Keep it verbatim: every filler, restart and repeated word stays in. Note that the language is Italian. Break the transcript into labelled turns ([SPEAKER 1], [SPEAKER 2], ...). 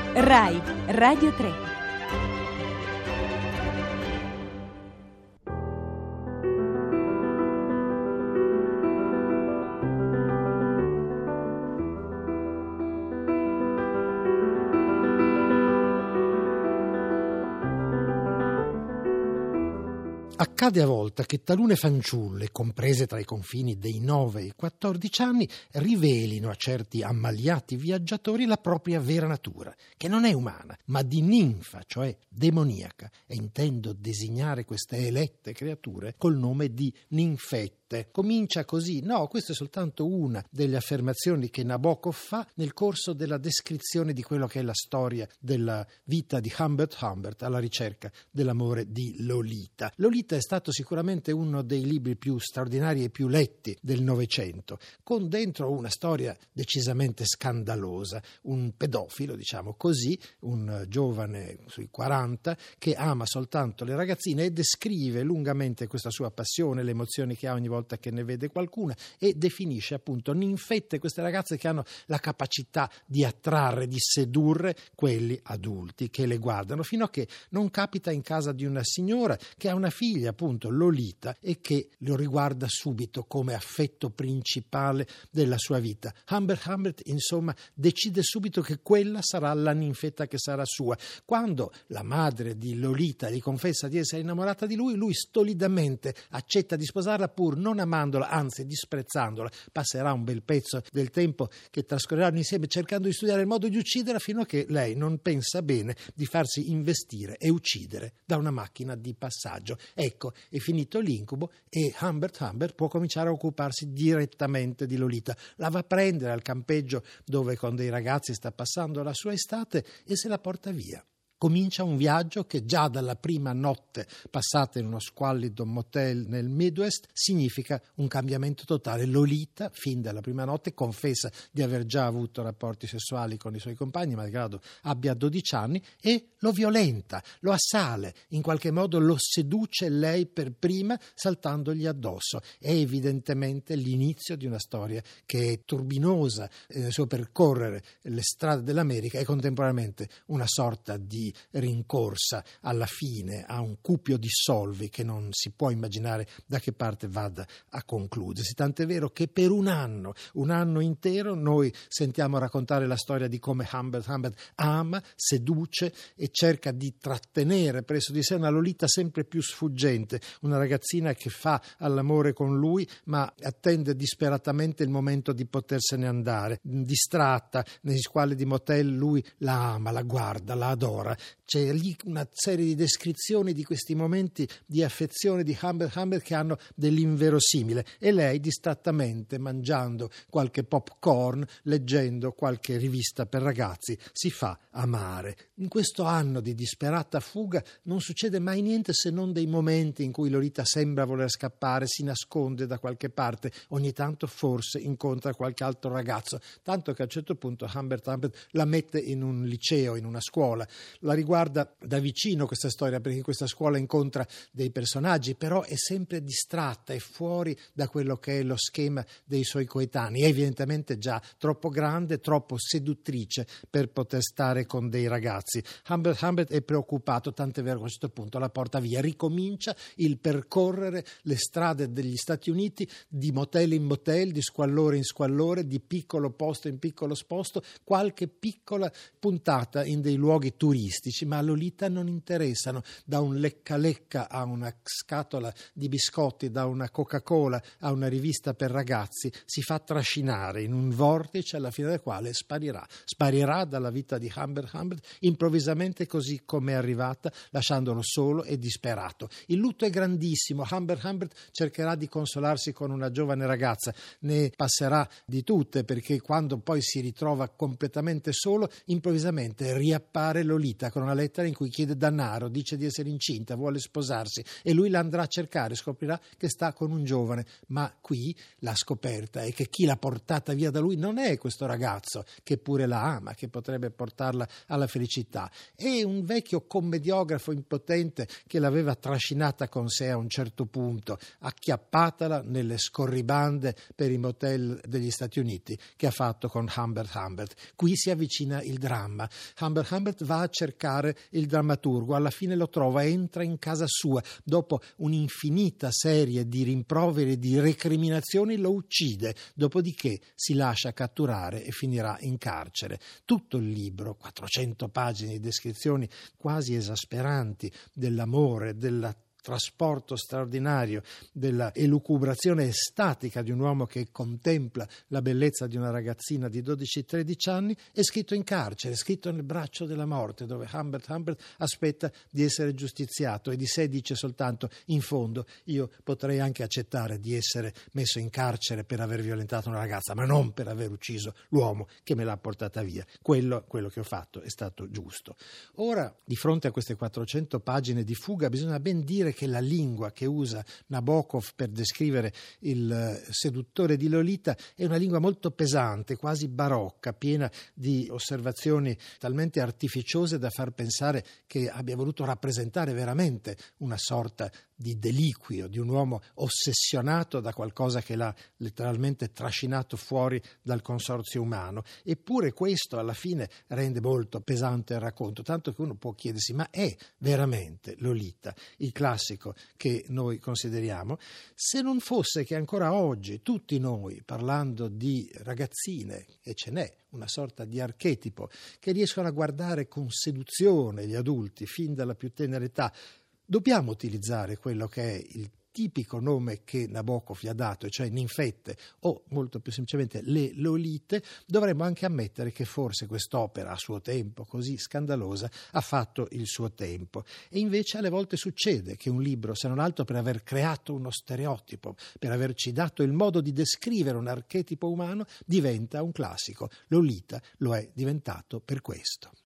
[SPEAKER 1] Rai Radio tre.
[SPEAKER 2] Accade a volte che talune fanciulle, comprese tra i confini dei nove e i quattordici anni, rivelino a certi ammaliati viaggiatori la propria vera natura, che non è umana, ma di ninfa, cioè demoniaca, e intendo designare queste elette creature col nome di ninfette. Comincia così. No, questa è soltanto una delle affermazioni che Nabokov fa nel corso della descrizione di quello che è la storia della vita di Humbert Humbert alla ricerca dell'amore di Lolita. Lolita è stato sicuramente uno dei libri più straordinari e più letti del Novecento, con dentro una storia decisamente scandalosa, un pedofilo, diciamo così, un giovane sui quaranta che ama soltanto le ragazzine e descrive lungamente questa sua passione, le emozioni che ha ogni volta che ne vede qualcuna, e definisce appunto ninfette queste ragazze che hanno la capacità di attrarre, di sedurre quelli adulti che le guardano, fino a che non capita in casa di una signora che ha una figlia, appunto Lolita, e che lo riguarda subito come affetto principale della sua vita. Humbert Humbert, insomma, decide subito che quella sarà la ninfetta che sarà sua. Quando la madre di Lolita gli confessa di essere innamorata di lui, lui stolidamente accetta di sposarla pur non amandola, anzi disprezzandola. Passerà un bel pezzo del tempo che trascorreranno insieme cercando di studiare il modo di ucciderla, fino a che lei non pensa bene di farsi investire e uccidere da una macchina di passaggio. Ecco, è finito l'incubo e Humbert Humbert può cominciare a occuparsi direttamente di Lolita. La va a prendere al campeggio dove con dei ragazzi sta passando la sua estate e se la porta via. Comincia un viaggio che già dalla prima notte passata in uno squallido motel nel Midwest significa un cambiamento totale. Lolita, fin dalla prima notte, confessa di aver già avuto rapporti sessuali con i suoi compagni, malgrado abbia dodici anni, e lo violenta, lo assale, in qualche modo lo seduce lei per prima, saltandogli addosso. È evidentemente l'inizio di una storia che è turbinosa nel suo percorrere le strade dell'America e contemporaneamente una sorta di rincorsa alla fine a un cupio di solvi che non si può immaginare da che parte vada a concludersi. Tant'è vero che per un anno, un anno intero, noi sentiamo raccontare la storia di come Humbert Humbert ama, seduce e cerca di trattenere presso di sé una Lolita sempre più sfuggente, una ragazzina che fa all'amore con lui ma attende disperatamente il momento di potersene andare. Distratta nei squalli di motel, lui la ama, la guarda, la adora. C'è lì una serie di descrizioni di questi momenti di affezione di Humbert Humbert che hanno dell'inverosimile, e lei distrattamente, mangiando qualche popcorn, leggendo qualche rivista per ragazzi, si fa amare. In questo anno di disperata fuga non succede mai niente se non dei momenti in cui Lolita sembra voler scappare, si nasconde da qualche parte, ogni tanto forse incontra qualche altro ragazzo, tanto che a un certo punto Humbert Humbert la mette in un liceo, in una scuola. La riguarda da vicino questa storia, perché questa scuola incontra dei personaggi, però è sempre distratta, è fuori da quello che è lo schema dei suoi coetanei, è evidentemente già troppo grande, troppo seduttrice per poter stare con dei ragazzi. Humbert Humbert è preoccupato, tant'è vero che a questo punto la porta via, ricomincia il percorrere le strade degli Stati Uniti di motel in motel, di squallore in squallore, di piccolo posto in piccolo posto, qualche piccola puntata in dei luoghi turistici, ma a Lolita non interessano, da un lecca lecca a una scatola di biscotti, da una Coca-Cola a una rivista per ragazzi, si fa trascinare in un vortice alla fine del quale sparirà, sparirà dalla vita di Humbert Humbert improvvisamente così come è arrivata, lasciandolo solo e disperato. Il lutto è grandissimo, Humbert Humbert cercherà di consolarsi con una giovane ragazza, ne passerà di tutte, perché quando poi si ritrova completamente solo, improvvisamente riappare Lolita. Lolita con una lettera in cui chiede denaro, dice di essere incinta, vuole sposarsi e lui la andrà a cercare, scoprirà che sta con un giovane, ma qui la scoperta è che chi l'ha portata via da lui non è questo ragazzo che pure la ama, che potrebbe portarla alla felicità, è un vecchio commediografo impotente che l'aveva trascinata con sé a un certo punto, acchiappatela nelle scorribande per i motel degli Stati Uniti, che ha fatto con Humbert Humbert. Qui si avvicina il dramma. Humbert Humbert va a cercare il drammaturgo, alla fine lo trova, entra in casa sua, dopo un'infinita serie di rimproveri e di recriminazioni lo uccide, dopodiché si lascia catturare e finirà in carcere. Tutto il libro, quattrocento pagine di descrizioni quasi esasperanti dell'amore, della trasporto straordinario, della elucubrazione estatica di un uomo che contempla la bellezza di una ragazzina di dodici tredici anni, è scritto in carcere, è scritto nel braccio della morte, dove Humbert Humbert aspetta di essere giustiziato e di sé dice soltanto: in fondo io potrei anche accettare di essere messo in carcere per aver violentato una ragazza, ma non per aver ucciso l'uomo che me l'ha portata via. Quello, quello che ho fatto è stato giusto. Ora, di fronte a queste quattrocento pagine di fuga, bisogna ben dire che la lingua che usa Nabokov per descrivere il seduttore di Lolita è una lingua molto pesante, quasi barocca, piena di osservazioni talmente artificiose da far pensare che abbia voluto rappresentare veramente una sorta di deliquio, di un uomo ossessionato da qualcosa che l'ha letteralmente trascinato fuori dal consorzio umano. Eppure questo alla fine rende molto pesante il racconto, tanto che uno può chiedersi: ma è veramente Lolita il classico che noi consideriamo? Se non fosse che ancora oggi tutti noi, parlando di ragazzine, e ce n'è una sorta di archetipo, che riescono a guardare con seduzione gli adulti fin dalla più tenera età, dobbiamo utilizzare quello che è il tipico nome che Nabokov gli ha dato, cioè ninfette o molto più semplicemente le Lolite. Dovremmo anche ammettere che forse quest'opera a suo tempo così scandalosa ha fatto il suo tempo, e invece alle volte succede che un libro, se non altro per aver creato uno stereotipo, per averci dato il modo di descrivere un archetipo umano, diventa un classico. Lolita lo è diventato per questo.